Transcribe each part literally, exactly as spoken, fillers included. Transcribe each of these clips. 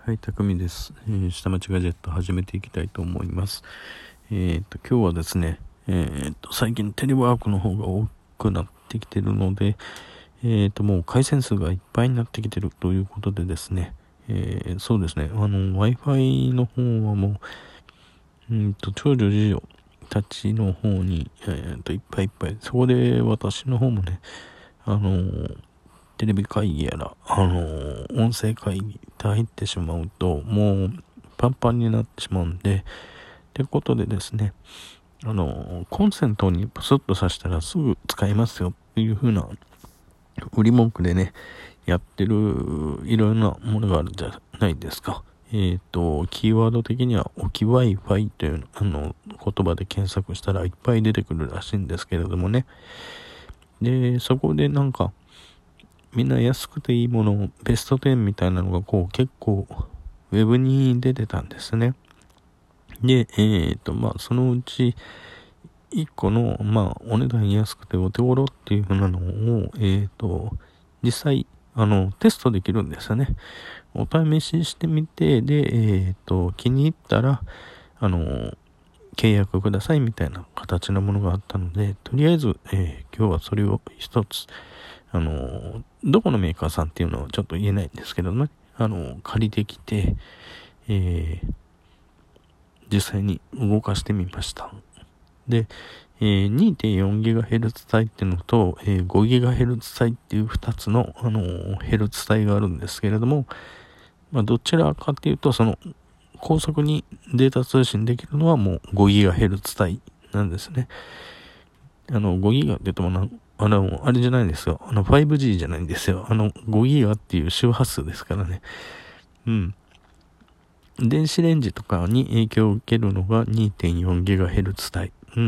はい、たくみです。えー、下町ガジェット始めていきたいと思います。えっと、今日はですね、えっと、最近テレワークの方が多くなってきてるので、えっと、もう回線数がいっぱいになってきてるということでですね、えー、そうですね、あの、Wi-Fi の方はもう、うんと、長女次女たちの方に、えっと、いっぱいいっぱい、そこで私の方もね、あのーテレビ会議やら、あのー、音声会議って入ってしまうと、もうパンパンになってしまうんで、ということでですね、あのー、コンセントにプスッと挿したらすぐ使えますよっていう風な売り文句でね、やってるいろいろなものがあるじゃないですか。えっ、ー、と、キーワード的には置き Wi-Fi というあの言葉で検索したらいっぱい出てくるらしいんですけれどもね。で、そこでなんか、みんな安くていいものをベストじゅうみたいなのがこう結構ウェブに出てたんですね。で、えっと、まあそのうちいっこの、まあお値段安くてお手頃っていう風なのを、えっと、実際、あの、テストできるんですよね。お試ししてみて、で、えっと、気に入ったら、あの、契約くださいみたいな形のものがあったので、とりあえず、えー、今日はそれを一つ、あの、どこのメーカーさんっていうのはちょっと言えないんですけどね、あの、借りてきて、えー、実際に動かしてみました。で、えー、にてんよんギガヘルツ 帯っていうのと、えー、ごギガヘルツ 帯っていうふたつの、あのー、ヘルツ帯があるんですけれども、まあ、どちらかっていうと、その、高速にデータ通信できるのはもう ごギガヘルツ 帯なんですね。あの、ごギガって言ってもな、あの、あれじゃないんですよ。あの、ファイブジー じゃないんですよ。あの、ごギガっていう周波数ですからね。うん。電子レンジとかに影響を受けるのが にてんよんギガヘルツ 帯。うん。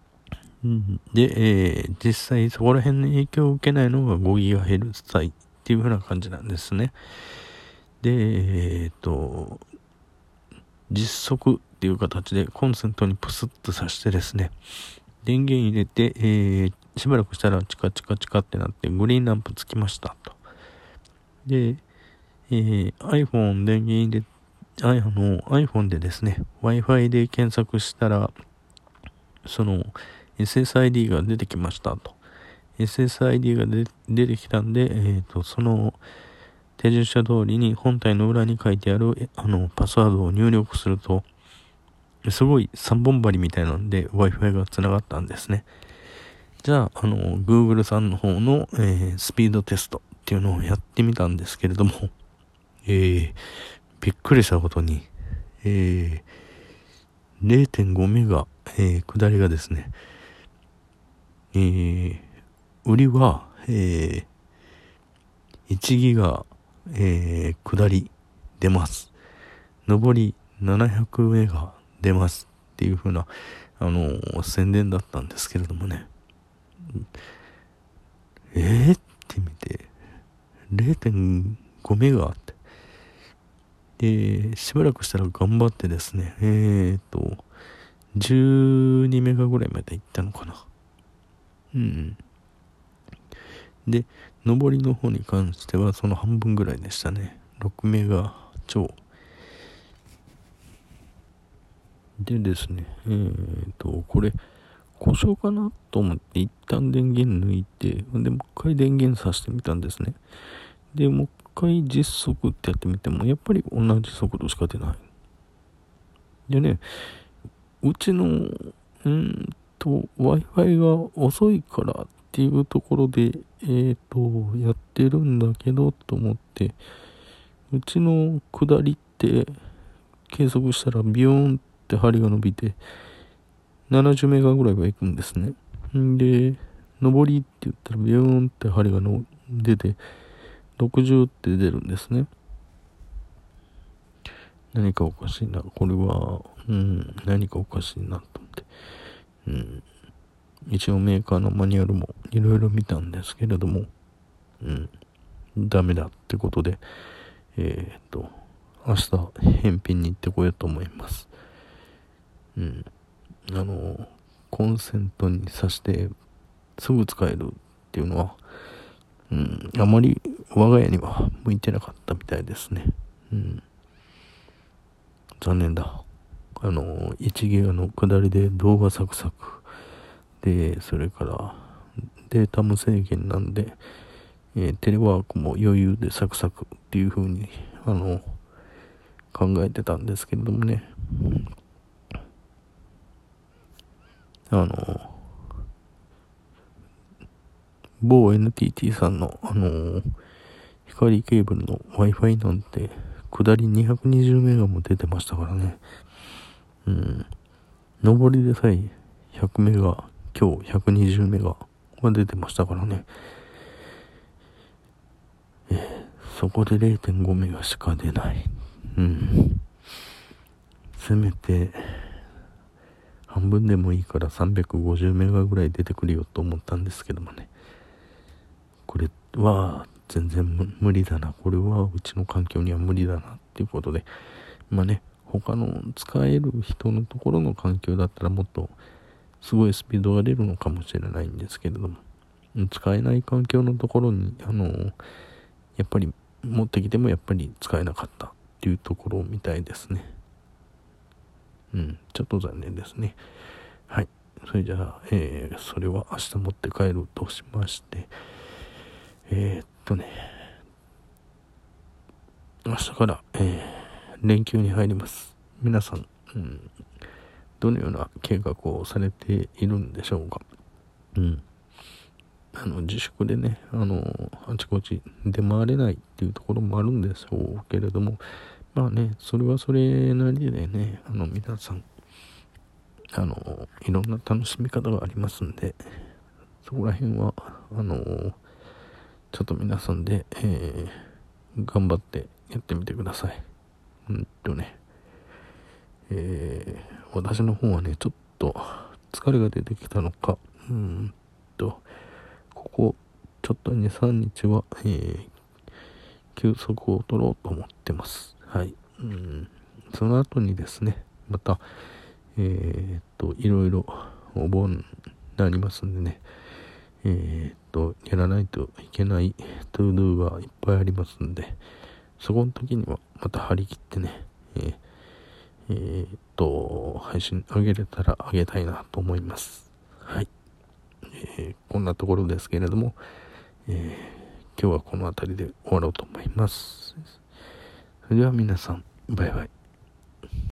で、えー、実際そこら辺の影響を受けないのが ごギガヘルツ 帯っていう風な感じなんですね。で、えー、っと、実測っていう形でコンセントにプスッと挿してですね、電源入れて、えー、しばらくしたらチカチカチカってなってグリーンランプつきましたと。で、えー、iPhone 電源入れ、あの iPhone でですね、Wi-Fi で検索したら、その エスエスアイディー が出てきましたと。エスエスアイディー がで出てきたんで、えーと、その手順書通りに本体の裏に書いてあるあのパスワードを入力すると、すごいさんぼん針みたいなんで Wi-Fi が繋がったんですね。じゃあ、あの、Google さんの方の、えー、スピードテストっていうのをやってみたんですけれども、えー、びっくりしたことに、えー、れいてんごメガ、えー、下りがですね、えー、売りは、えー、いちギガ、えー、下り出ます。上りななひゃくメガ出ますっていう風な、あのー、宣伝だったんですけれどもね。えーって見て、れいてんごメガって。で、しばらくしたら頑張ってですね、えーと、じゅうにメガぐらいまで行ったのかな。うん。で、上りの方に関してはその半分ぐらいでしたね。ろくメガ超。でですね、えーと、これ、故障かなと思って一旦電源抜いて、で、もう一回電源させてみたんですね。で、もう一回実測ってやってみても、やっぱり同じ速度しか出ない。でね、うちの、うんと、Wi-Fi が遅いからっていうところで、えーと、やってるんだけど、と思って、うちの下りって計測したらビヨーンって針が伸びて、ななじゅうメガぐらいは行くんですね。んで、上りって言ったらビヨーンって針がの出て、ろくじゅうって出るんですね。何かおかしいな。これは、うん、何かおかしいなと思って。うん、一応メーカーのマニュアルもいろいろ見たんですけれども、うん、ダメだってことで、えー、っと、明日返品に行ってこようと思います。うん。あの、コンセントに挿してすぐ使えるっていうのは、うん、あまり我が家には向いてなかったみたいですね。うん。 残念だ。あの、いちギガの下りで動画サクサク。で、それからデータ無制限なんで、えー、テレワークも余裕でサクサクっていう風に、あの、考えてたんですけれどもね。あの、某 エヌティーティー さんの、あの、光ケーブルの Wi-Fi なんて、下りにひゃくにじゅうメガも出てましたからね。うん。上りでさえひゃくメガ、今日ひゃくにじゅうメガが出てましたからね。えー、そこで れいてんごメガしか出ない。うん。せめて、半分でもいいからさんびゃくごじゅうメガぐらい出てくるよと思ったんですけどもね。これは全然無理だな。これはうちの環境には無理だなっていうことで。まあね、他の使える人のところの環境だったらもっとすごいスピードが出るのかもしれないんですけれども、使えない環境のところに、あの、やっぱり持ってきてもやっぱり使えなかったっていうところみたいですね。うん、ちょっと残念ですね。はい。それじゃあ、えー、それは明日持って帰るとしまして、えー、っとね、明日から、えー、連休に入ります。皆さん、うん、どのような計画をされているんでしょうか。うん。あの、自粛でね、あの、あちこち出回れないっていうところもあるんでしょうけれども、まあね、それはそれなりでね、あの、皆さん、あの、いろんな楽しみ方がありますんで、そこら辺は、あの、ちょっと皆さんで、えー、頑張ってやってみてください。うんとね、えー、私の方はね、ちょっと疲れが出てきたのか、うんと、ここ、ちょっとに、さんにちは、えー、休息を取ろうと思ってます。はい。うん、その後にですね、また、えー、っと、いろいろお盆になりますんでね、えー、っと、やらないといけないトゥードゥがいっぱいありますんで、そこの時にはまた張り切ってね、えー、えー、っと、配信上げれたら上げたいなと思います。はい。えー、こんなところですけれども、えー、今日はこの辺りで終わろうと思います。それでは皆さん、バイバイ。